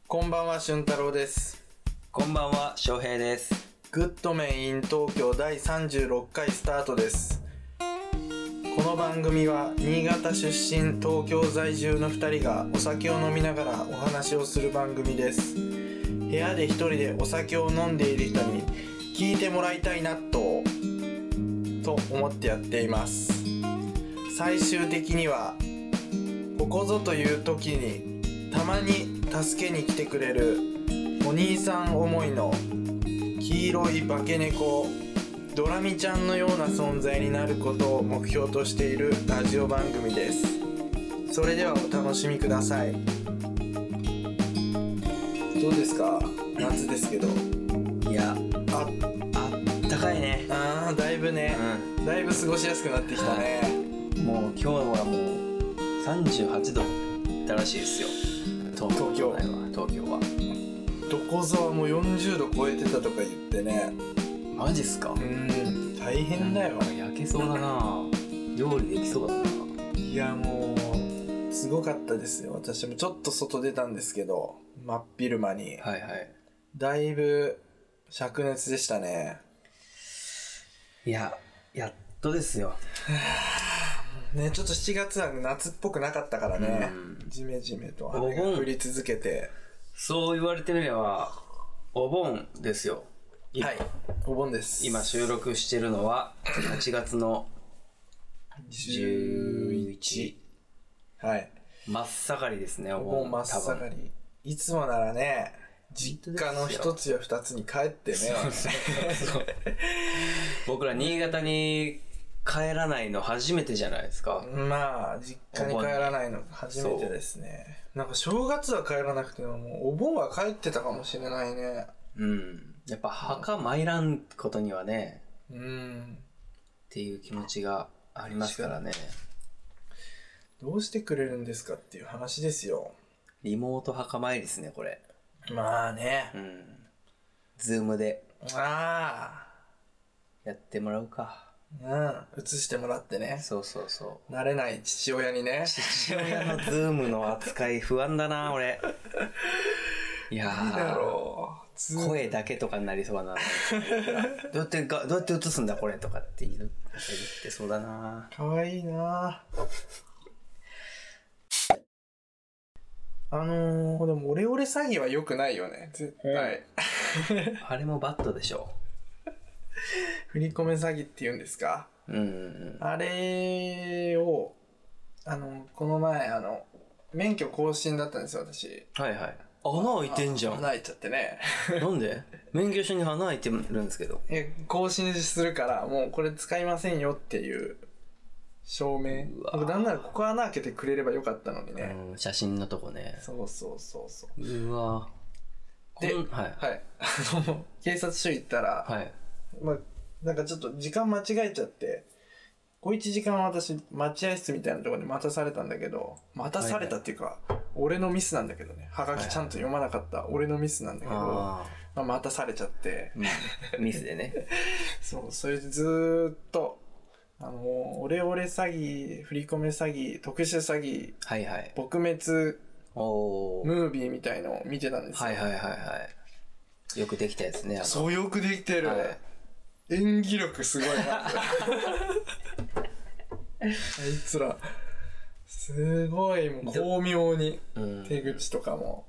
こんばんは、俊太郎です。 こんばんは、翔平です。 グッドメン in 東京第36回スタートです。この番組は新潟出身、東京在住の2人がお酒を飲みながらお話をする番組です。部屋で一人でお酒を飲んでいる人に聞いてもらいたいなと思ってやっています。最終的にはここぞという時にたまに助けに来てくれるお兄さん思いの黄色い化け猫ドラミちゃんのような存在になることを目標としているラジオ番組です。それではお楽しみください。どうですか？夏ですけど。 いや、あったかいね。 だいぶね、だいぶ過ごしやすくなってきたね。 もう今日はもう38度いったらしいですよ。東京は。 どこぞはもう40度超えてたとか言ってね。 マジっすか？ 大変だよ。 焼けそうだな。料理できそうだな。 いやもうすごかったですよ。私もちょっと外出たんですけど、真っ昼間に。 はいはい。 だいぶ灼熱でしたね。 いや、やっとですよ。 ね、ちょっと7月は夏っぽくなかったからね。ジメジメと雨が降り続けて。 そう言われてみればお盆ですよ。 はい、お盆です。 今収録してるのは8月の11。 はい。 真っ盛りですね。 お盆真っ盛り。いつもならね、実家の一つや二つに帰ってね。 そう僕ら新潟に帰らないの初めてじゃないですか。 まあ実家に帰らないの初めてですね。なんか正月は帰らなくても、もうお盆は帰ってたかもしれないね。 やっぱ墓参らんことにはね、っていう気持ちがありますからね。 どうしてくれるんですかっていう話ですよ。 リモート墓参りですね、これ。 まあね。 ズームでやってもらうか。 映してもらってね。 そう。 慣れない父親にね。 父親のズームの扱い不安だな、俺。いやー。 いいだろう。声だけとかになりそうだな。どうやって映すんだこれとかって言ってそうだな。 かわいいな。でもオレオレ詐欺は良くないよね、絶対。 あれもバッドでしょ。 振り込め詐欺って言うんですか？あれをこの前免許更新だったんですよ、私。 はいはい。穴開いてんじゃん。 穴開いちゃってね。 なんで？免許証に穴開いてるんですけど。 更新するからもうこれ使いませんよっていう証明。なんならここ穴開けてくれればよかったのにね。 写真のとこね。 そう。 うわ。 で、警察署行ったら、なんかちょっと時間間違えちゃって、小1時間私待合室みたいなところで待たされたんだけど、待たされたっていうか、俺のミスなんだけどね、はがきちゃんと読まなかった俺のミスなんだけど、待たされちゃって、 ミスでね。 それでずーっとオレオレ詐欺、振り込め詐欺、特殊詐欺、撲滅ムービーみたいのを見てたんですよ。 よくできたやつね。 そう、よくできてる。演技力すごいな。あいつらすごいもう巧妙に手口とかも。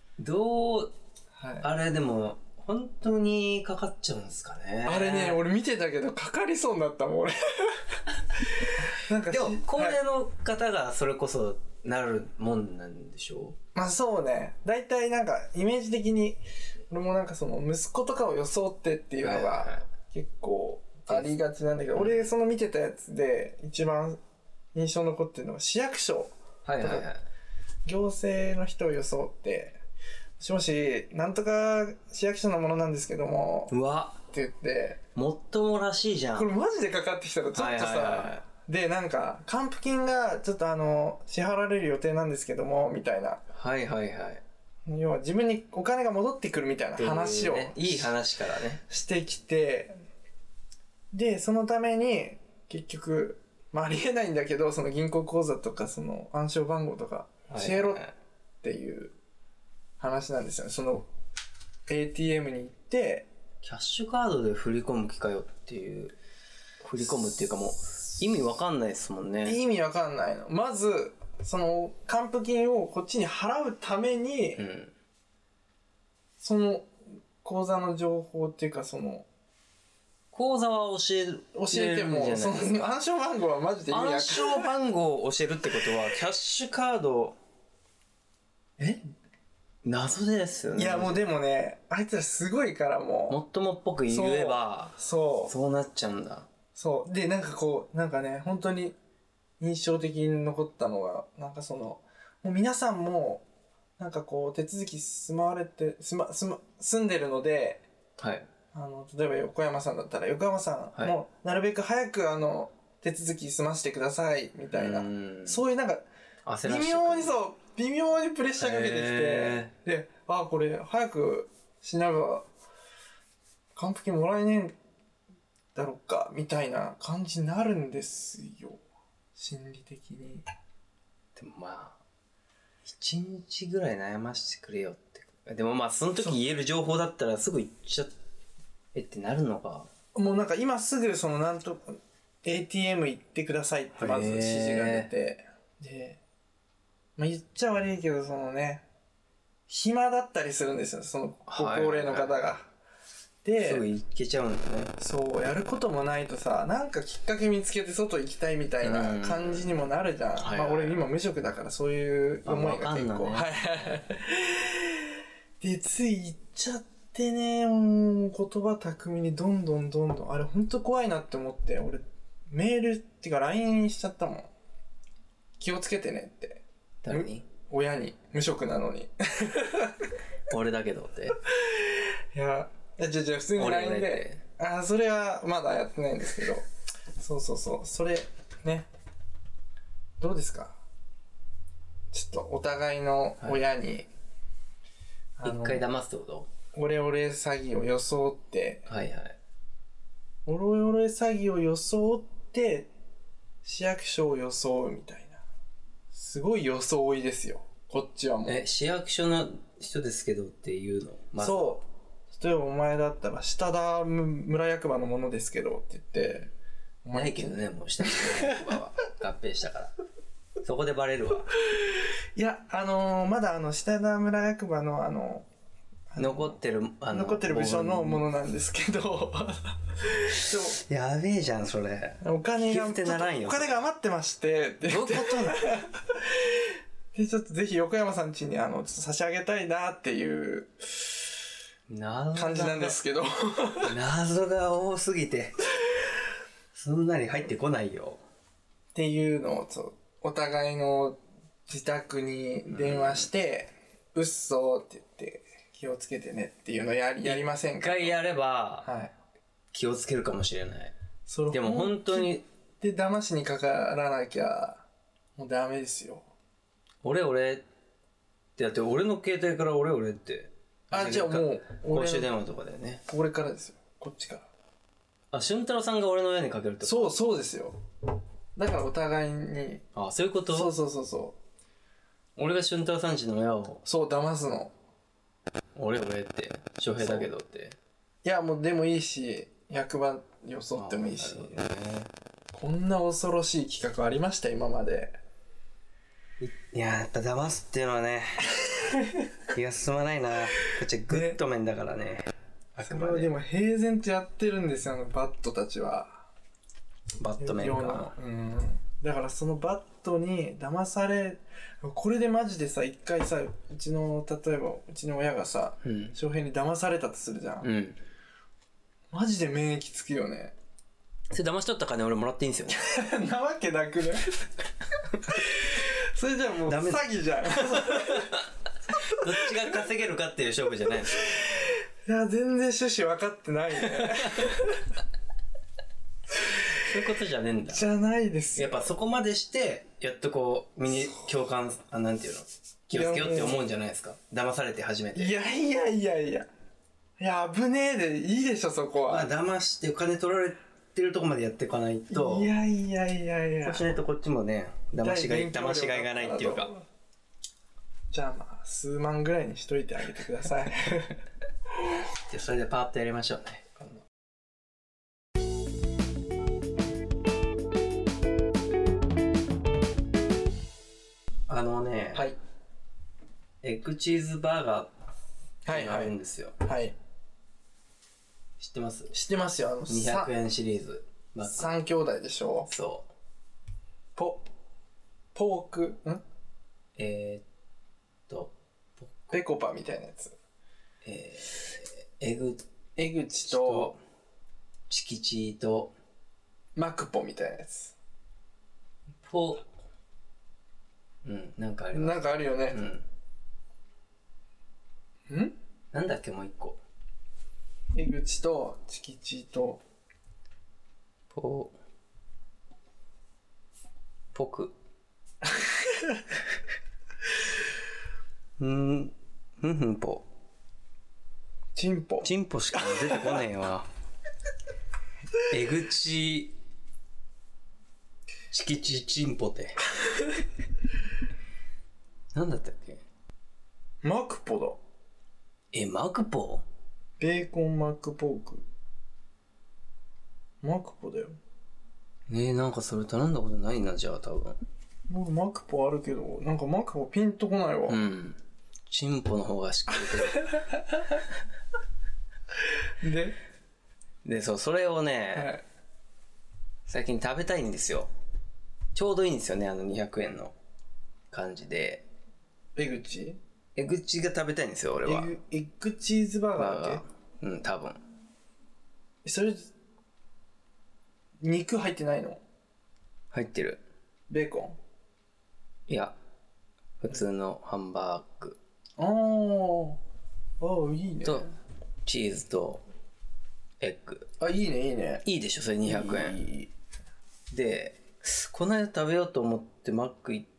あれでも本当にかかっちゃうんですかね。 あれね、俺見てたけどかかりそうになったもん俺。 なんかでも高齢の方がそれこそなるもんなんでしょう。 まあそうね。だいたいなんかイメージ的に俺もなんかその息子とかを装ってっていうのが結構ありがちなんだけど、俺その見てたやつで一番印象残ってるのが市役所とか行政の人を装って「もしもしなんとか市役所のものなんですけども」って言ってもっともらしいじゃん。 これマジでかかってきたらちょっとさ、でなんか還付金がちょっと支払われる予定なんですけどもみたいな。要は自分にお金が戻ってくるみたいな話を、 いい話からねしてきて、でそのために結局、ありえないんだけどその銀行口座とかその暗証番号とか教えろっていう話なんですよね。その ATM に行ってキャッシュカードで振り込む気かよっていう、振り込むっていうかもう意味わかんないですもんね。 意味わかんないの。まずその還付金をこっちに払うために、その口座の情報っていうか、その口座は教えても、その暗証番号はマジで意味わかんない。 暗証番号を教えるってことはキャッシュカード謎ですよね。 いやもうでもね、あいつらすごいからもっともっぽく言えばそうなっちゃうんだ。 そうで、なんかこうなんかね、本当に印象的に残ったのが、なんかそのもう皆さんもなんかこう手続き住んでるので、 はい、 例えば横山さんだったら横山さんもなるべく早く手続き済ませてくださいみたいな、そういうなんか微妙にプレッシャーかけてきて、で、これ早くしなが還付金もらえねえんだろうかみたいな感じになるんですよ、心理的に。 でもまあ1日ぐらい悩ましてくれよって。でもまあその時言える情報だったらすぐ言っちゃってなるのか。 もうなんか今すぐそのなんと ATM 行ってくださいってまず指示が出て、で、まあ、言っちゃ悪いけどそのね、暇だったりするんですよ、そのご高齢の方が。ですぐ行けちゃうんですね。 そうやることもないとさ、なんかきっかけ見つけて外行きたいみたいな感じにもなるじゃん。まあ俺今無職だからそういう思いが結構、でつい行っちゃってね、もう言葉巧みにどんどんあれほんと怖いなって思って、俺メールっていうか LINE しちゃったもん。気をつけてねって。 誰に？ 親に。無職なのに俺だけどっていやじゃあ普通に LINE で、それはまだやってないんですけど、そうそれね、どうですか、ちょっとお互いの親に、 一回騙すってこと？ オレオレ詐欺を装って、オレオレ詐欺を装って市役所を装うみたいな、すごい装いですよ、こっちはもう。 市役所の人ですけどっていうの、 そう、例えばお前だったら下田村役場のものですけどって言って、 ないけどね、もう下田村役場は合併したからそこでバレるわ。 いやまだ下田村役場の残ってる部署のものなんですけどやべえじゃんそれ。 お金が余ってましてどういうことなのでちょっとぜひ横山さん家にちょっと差し上げたいなっていう感じなんですけど謎が多すぎてすんなり入ってこないよっていうのをお互いの自宅に電話して、うっそーって言って気をつけてねっていうのやりませんか？ 一回やれば気をつけるかもしれない。でも本当にで騙しにかからなきゃもうダメですよ。 俺ってだって俺の携帯から俺ってじゃあもう公衆電話とかだよね。 俺からですよ、こっちから。 俊太郎さんが俺の親にかけるってこと？ そうですよ。だからお互いに。 そういうこと？ そう俺が俊太郎さんちの親を騙すの。 俺って翔平だけどって。 いやもうでもいいし、役場装ってもいいし、こんな恐ろしい企画ありました今まで。 いややっぱ騙すっていうのはね気が進まないな。こっちはグッドメンだからね。 それをでも平然とやってるんですよ、バットたちは。 バットメンか。 だからそのバットに騙され、これでマジでさ、一回さ、例えばうちの親がさ、翔平に騙されたとするじゃん。マジで免疫つくよね。 それ騙し取った金俺もらっていいんすよなわけなくねそれじゃもう詐欺じゃんどっちが稼げるかっていう勝負じゃないの？いや全然趣旨分かってないねそういうことじゃねえんだ。 じゃないですよ。やっぱそこまでしてやっとこう身に共感なんていうの、気をつけようって思うんじゃないですか。騙されて初めて。 いや危ねえでいいでしょそこは。 騙してお金取られてるとこまでやっていかないと。 いやそうしないとこっちもね騙しがいがないっていうか。 じゃあまあ数万ぐらいにしといてあげてください。 でそれでパーッとやりましょうね今度。 はい。 エッグチーズバーガーってあはいはいるんですよ。 はい。 知ってます？ 知ってますよ。 200円シリーズ。 3兄弟でしょ。 そう。 ポークペコパみたいなやつ。 江口とチキチとマクポみたいなやつ。 なんかあります。 なんかあるよね。 なんだっけもう一個。 江口とチキチとポクポチンポチンポしか出てこねえわ。江口チキチチンポテなんだったっけ。 マクポだ。 マクポベーコンマックポークマクポだよ。 なんかそれ頼んだことないな。じゃあ多分僕マクポあるけどなんかマクポピンとこないわ。 チンポの方がしっくりくる。でそうそれをね、はい、最近食べたいんですよ。ちょうどいいんですよね200円の感じで。エグチが食べたいんですよ俺は。 エッグチーズバーガーだっけ。 多分それ肉入ってないの？ 入ってる。 ベーコン？ いや普通のハンバーグ。 いいね。 とチーズとエッグ。 いいねいいね。 いいでしょそれ200円。いいでこの間食べようと思ってマック行って、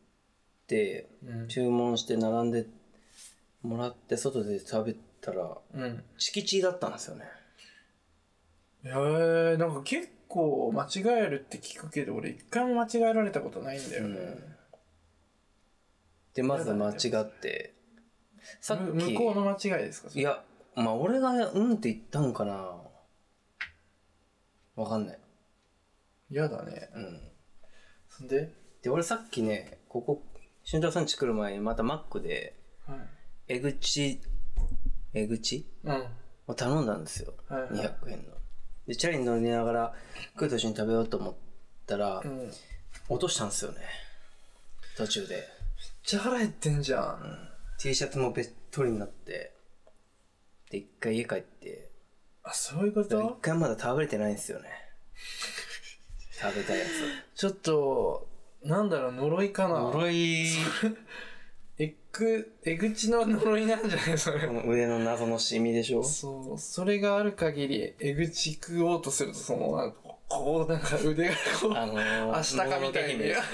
注文して並んでもらって外で食べたら、チキチだったんですよね。 なんか結構間違えるって聞くけど俺一回も間違えられたことないんだよね。 でまず間違って、 さっき向こうの間違いですか？ いやまあ俺がって言ったんかな。わかんない。 嫌だね。そんで俺さっきねここ俊太郎さん家来る前にまたマックで、エグチを頼んだんですよ。200円の。でチャリに乗りながら食うと一緒に食べようと思ったら、落としたんですよね途中で。めっちゃ腹減ってんじゃん。 T シャツもべっとりになって、で一回家帰って。 そういうこと？ 一回まだ食べれてないんですよね。食べたいやつ。 ちょっとなんだろう呪いかな。 呪い。 エグチの呪いなんじゃないそれ。 腕の謎のシミでしょ。 そうそれがある限りエグチ食おうとするとなんか腕がアシタカみたいにちょ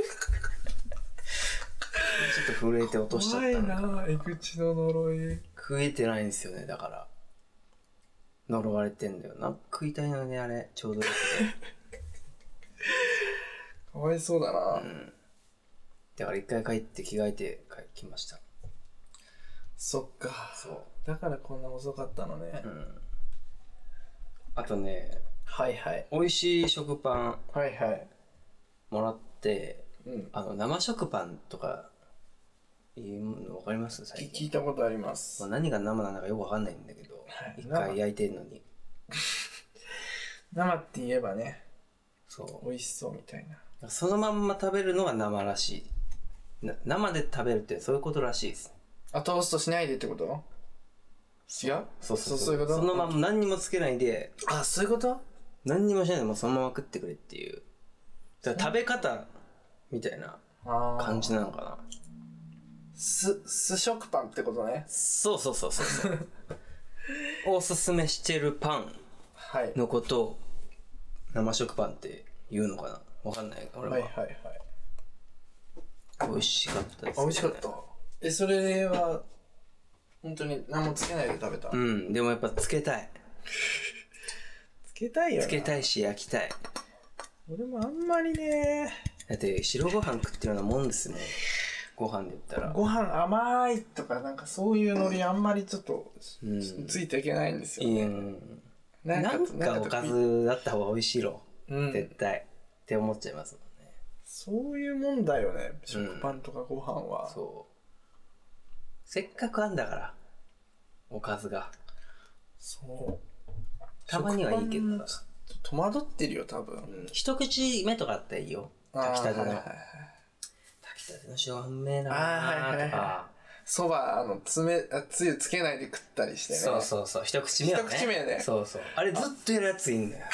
っと震えて落としちゃった。 怖いなエグチの呪い。 食えてないんですよね。だから呪われてんだよな。食いたいのねあれちょうどよくて。 かわいそうだな。 だから一回帰って着替えてきました。 そっか。そうだからこんな遅かったのね。 あとね美味しい食パンもらって、生食パンとかいうの分かります？最近聞いたことあります。 何が生なのかよく分かんないんだけど、一回焼いてんのに生って言えばねそう美味しそうみたいな。そのまんま食べるのが生らしい。生で食べるってそういうことらしいです。 トーストしないでってこと？違う？そういうこと？ そのまま何にもつけないで。 そういうこと？ 何にもしないでもそのまま食ってくれっていう。だから食べ方みたいな感じなのかな。 酢食パンってことね。 そうおすすめしてるパンのことを生食パンって言うのかな。わかんない俺は。美味しかったですね。 美味しかった。それは本当に何もつけないで食べた？ でもやっぱつけたい。 つけたいよな。 つけたいし焼きたい。 俺もあんまりね。 だって白ご飯食ってるようなもんですもん。 ご飯で言ったら。 ご飯甘いとか、なんかそういうノリあんまりちょっと、ついていけないんですよね。 なんかおかずだった方が美味しいろ。絶対。って思っちゃいますもんね。 そういうもんだよね、食パンとかご飯は。 そう。せっかくあんだから、おかずが。 そう。 たまにはいいけどさ。戸惑ってるよ、多分。 一口目とかあったらいいよ。炊きたての。炊きたての塩あんめえなーとか。 そば、つゆつけないで食ったりしてね。 そうそうそう。一口目はね。 一口目ね。 そうそう。あれずっとやるやついいんだよ。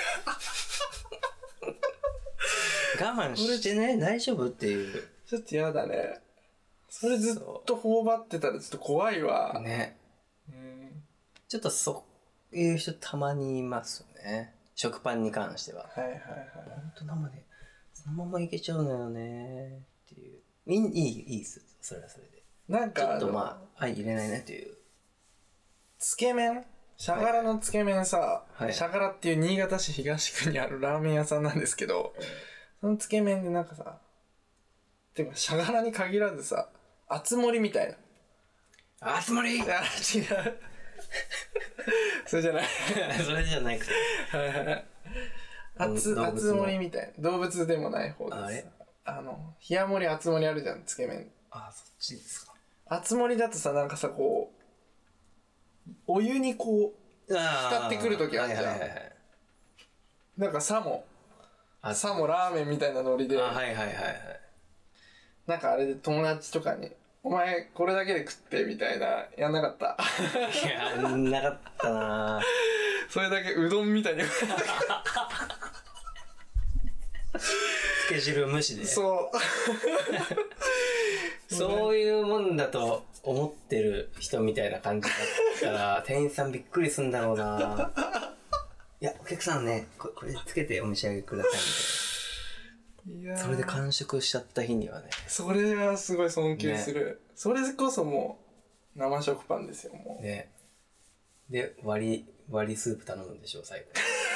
我慢してね、大丈夫っていう。 ちょっとやだね。それずっと頬張ってたらちょっと怖いわ。 ね。ちょっとそういう人たまにいますよね。食パンに関しては。 はいはいはい。 ほんと生で、そのままいけちゃうのよねっていう。いいっす。それはそれで。 なんか、 ちょっとまあ、入れないねという。 つけ麺シャガラのつけ麺さ、シャガラっていう新潟市東区にあるラーメン屋さんなんですけど、そのつけ麺でなんかさ、てかシャガラに限らずさ、厚盛りみたいな。厚盛り違う。それじゃない。 それじゃないくて。 厚盛りみたいな。動物でもない方です。あれ冷や盛り厚盛りあるじゃん、つけ麺。 あ、そっちですか。 厚盛りだとさ、なんかさ、こう、お湯にこう、浸ってくるときあるじゃん。なんかさもラーメンみたいなノリで。なんかあれで友達とかに、お前これだけで食ってみたいな、やんなかった。 やんなかったなそれだけうどんみたいに。 つけ汁無視で。 そう。 そういうもんだと思ってる人みたいな感じだったら、店員さんびっくりすんだろうな。いや、お客さんね、これつけてお召し上げくださいみたいな。いやそれで完食しちゃった日にはね。 それはすごい尊敬する。ね、それこそもう、生食パンですよ、もう。 ね。で、割りスープ頼むんでしょ、最後。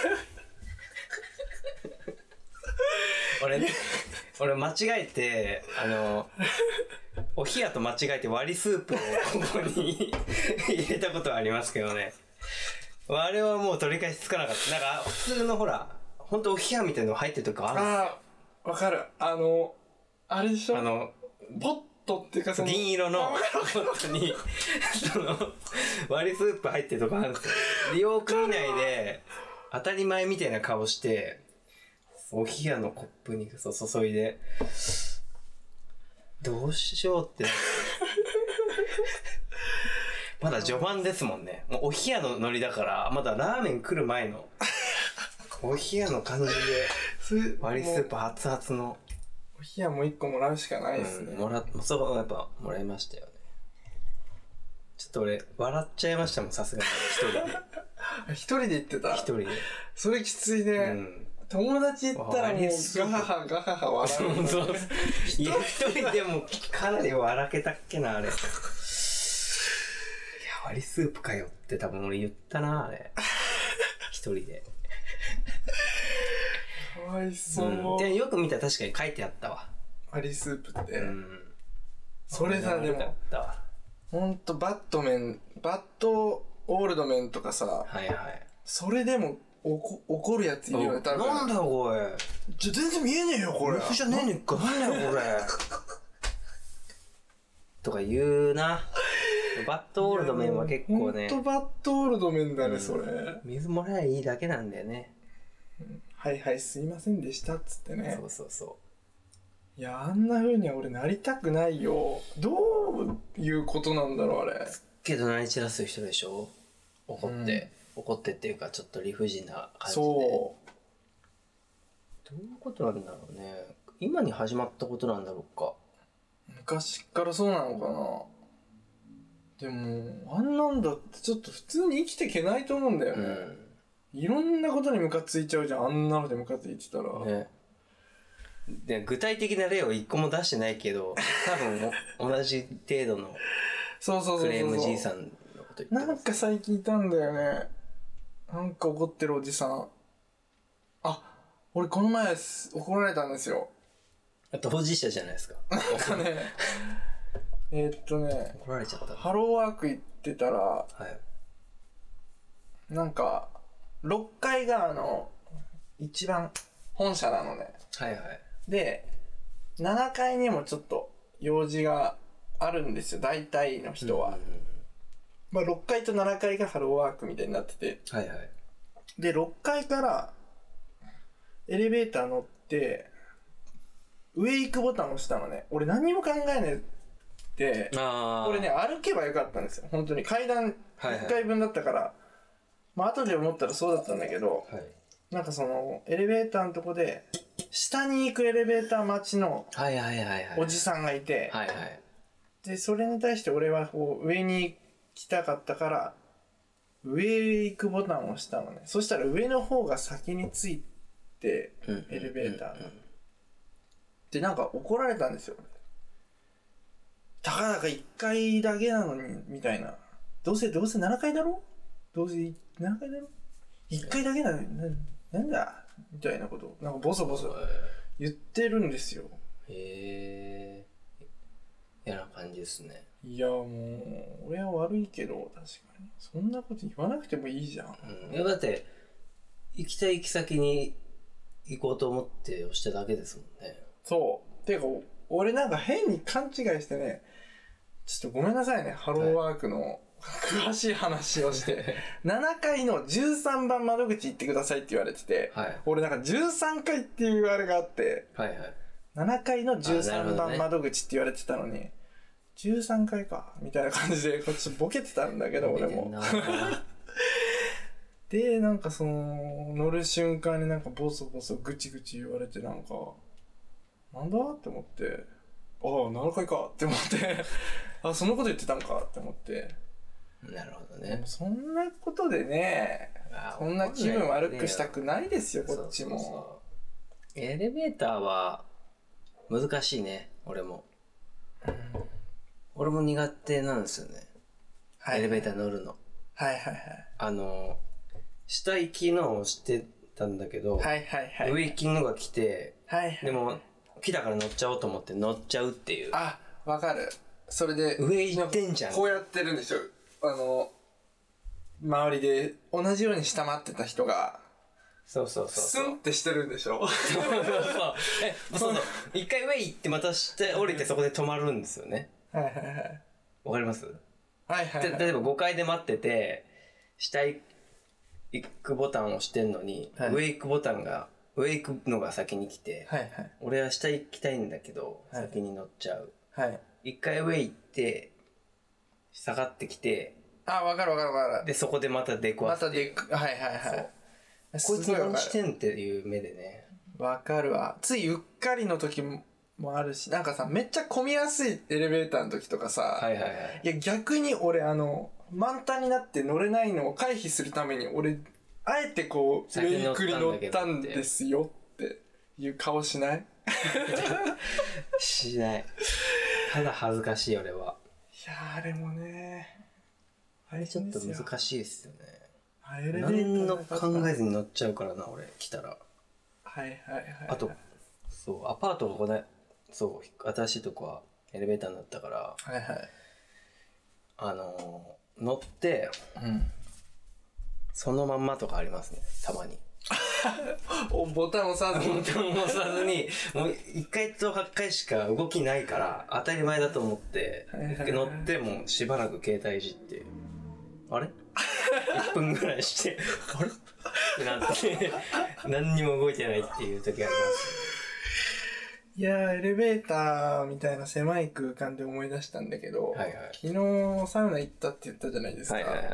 俺間違えて、お冷やと間違えて割りスープをここに入れたことはありますけどね。あれはもう取り返しつかなかった。なんか、普通のほら、ほんとお冷やみたいなの入ってるとこあるんですよ。 ああ、わかる。あれでしょポットっていうか銀色のポットに、割りスープ入ってるとこあるんですよ。よく見ないで、当たり前みたいな顔して、お冷やのコップに注いで、どうしようって。まだ序盤ですもんね。もうお冷やのノリだから、まだラーメン来る前の、お冷やの感じで、割りスープ熱々の。 お冷やも1個もらうしかないですね。 そう、やっぱもらいましたよね。ちょっと俺、笑っちゃいましたもん、さすがに。一人で。 一人で行ってた？ 一人で。 それきついね。友達行ったらもうガハハ笑う。 そう。一人でもかなり笑けたっけな、あれ。いや、割りスープかよって多分俺言ったな、あれ。一人で。 かわいそう。 でよく見たら確かに書いてあったわ。 割りスープって。それさ、でも、ほんとバッドオールドメンとかさ、それでも怒るやついるよね、多分。 なんだよ、これ。 全然見えねえよ、これ。 僕じゃねえねっか、なんだよ、これ。とか言うな。バッドオールドメンは結構ね。 ほんとバッドオールドメンだね、それ。 水もらえばいいだけなんだよね。 はいはい、すいませんでした、つってね。 そう。いや、あんな風には俺なりたくないよ。どういうことなんだろう、あれ。 けど、なり散らす人でしょ？怒ってっていうか、ちょっと理不尽な感じで。 そう。 どういうことなんだろうね。今に始まったことなんだろうか。 昔からそうなのかな。でも、あんなんだってちょっと普通に生きていけないと思うんだよね。いろんなことにムカついちゃうじゃん、あんなのでムカついてたら。 ね。で具体的な例を一個も出してないけど、多分同じ程度のクレームじいさんのこと言ってます。 なんか最近いたんだよね。なんか怒ってるおじさん。あ、俺この前怒られたんですよ。 当事者じゃないですか。 なんかね、 怒られちゃった。 ハローワーク行ってたら、 はい。 なんか、6階が一番本社なのね。 はいはい。 で、7階にもちょっと用事があるんですよ、大体の人は。まあ6階と7階がハローワークみたいになってて。 はいはい。 で、6階からエレベーター乗って、上行くボタンを押したのね。俺何にも考えないで、俺ね、歩けばよかったんですよ。本当に。階段1階分だったから。まあ後で思ったらそうだったんだけど、 はい、 なんかエレベーターのとこで、下に行くエレベーター待ちのおじさんがいて、 はいはい、 で、それに対して俺はこう上に行きたかったから、上へ行くボタンを押したのね。そしたら上の方が先について、エレベーターが。で、なんか怒られたんですよ。たかだか1階だけなのに、みたいな。どうせ7階だろ？どうせ7階だろ？ 1 階だけなのに、なんだみたいなことを、なんかボソボソ言ってるんですよ。 へぇ嫌な感じですね。 いや、もう、俺は悪いけど、確かに。そんなこと言わなくてもいいじゃん。 いや、だって、行きたい行き先に行こうと思って押しただけですもんね。 そう。てか、俺なんか変に勘違いしてね、ちょっとごめんなさいね、ハローワークの詳しい話をして、7階の13番窓口行ってくださいって言われてて、 はい、 俺なんか13階っていうあれがあって、 はいはい、 7階の13番窓口って言われてたのに、13階かみたいな感じでこっちボケてたんだけど俺もでなんか乗る瞬間になんかボソボソぐちぐち言われてなんかなんだって思って、ああ7階かって思ってあそのこと言ってたんかって思って、 なるほどね。 そんなことでね、そんな気分悪くしたくないですよ、こっちも。 そうエレベーターは難しいね、俺も。俺も苦手なんですよね。はい、エレベーター乗るの。 はいはいはい。 下行きのを押してたんだけど、 はいはいはい。 上行きのが来て、 はいはい。 でも、来たから乗っちゃおうと思って乗っちゃうっていう。 あ、わかる。それで、 上行ってんじゃん。 こうやってるんでしょ。周りで同じように下回ってた人が、 そうそうそう。 スンってしてるんでしょ。 そうそう。一回上行ってまた下降りてそこで止まるんですよね。 はいはいはい。 わかります？ はいはい、はい。 例えば5階で待ってて、下行くボタンを押してんのに、はい、上行くのが先に来て、 はいはい、 俺は下行きたいんだけど、はい、先に乗っちゃう。 はい。 一回上行って、下がってきて、 あ、わかるわかるわかる。 で、そこでまた出くわす。はいはいはい。 こいつ何してんっていう目でね。 わかるわ。ついうっかりの時もあるし、なんかさ、めっちゃ混みやすいエレベーターの時とかさ、 はいはいはい。 いや逆に俺満タンになって乗れないのを回避するために俺、あえてこう、上にくり乗ったんですよっていう顔しない？ しない。ただ恥ずかしい俺は。 いやあれもね、 あれちょっと難しいですよね。 何の考えずに乗っちゃうからな、俺、来たら。 はいはいはい。 あと、そう、アパートここで、そう、新しいとこはエレベーターになったから、 はいはい。 乗って、 うん、 そのまんまとかありますね、たまに。 ボタン押さずに。 ボタン押さずに、もう1回と8回しか動きないから、当たり前だと思って、乗ってもしばらく携帯いじって、あれ1分ぐらいして、あれってなって、何にも動いてないっていう時あります。 いやー、エレベーターみたいな狭い空間で思い出したんだけど、 はいはい、 昨日サウナ行ったって言ったじゃないですか。 はいはいはい、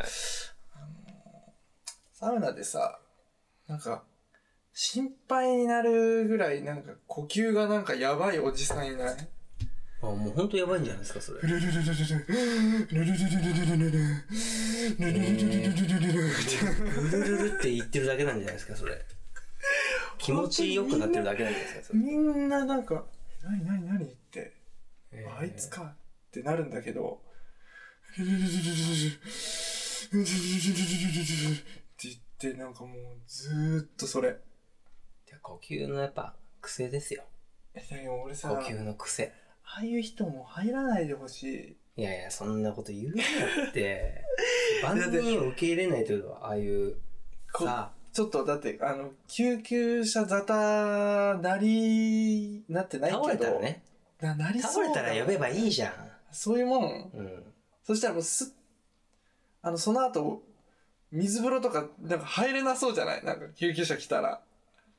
サウナでさ、なんか、心配になるぐらいなんか呼吸がなんかやばいおじさんいない？ あ、もうほんとやばいんじゃないですか、それ。ルルルルルルルルルルルルルルルって言ってるだけなんじゃないですか、それ。気持ちよくなってるだけなんじゃないですか、それ。 みんななんか、何って、あいつかってなるんだけど、ルルルルルルルルルルルルルルって言ってなんかもうずーっとそれ。 呼吸のやっぱ癖ですよ。 だけど俺さ、 呼吸の癖。 ああいう人も入らないでほしい。 いやいや、そんなこと言うなって万人を受け入れないというのは、ああいうさ、 ちょっとだって救急車沙汰なってないけど、 倒れたらね、 なりそうだ。 倒れたら呼べばいいじゃん。 そういうもん。 うん。 そしたらもうその後水風呂とかなんか入れなそうじゃない？なんか救急車来たら。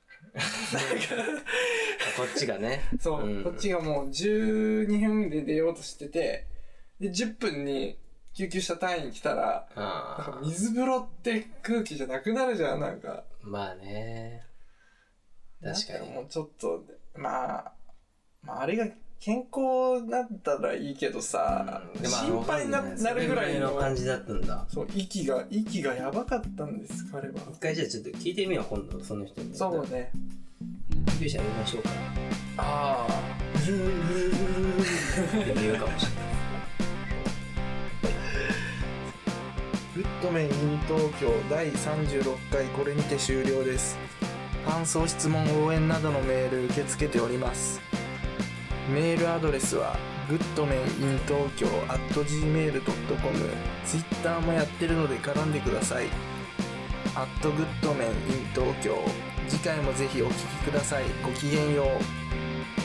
こっちがね。 そう、うん、こっちがもう12分で出ようとしてて、で10分に救急車隊員来たら、なんか水風呂って空気じゃなくなるじゃん、なんか。 まあね。確かに。 もうちょっと、まああれが健康だったらいいけどさ、心配になるぐらいの感じだったんだ。 そう、息がやばかったんです、彼は。 一回じゃあちょっと聞いてみよう、今度、その人に。 そうね。 救急車呼びましょうか。 ああ。 って言うかもしれない。 グッドメン in 東京第36回これにて終了です。感想、質問、応援などのメール受け付けております。メールアドレスは goodmaninTokyo@gmail.com、 Twitter もやってるので絡んでください。@goodmaninTokyo、 次回もぜひお聞きください。ごきげんよう。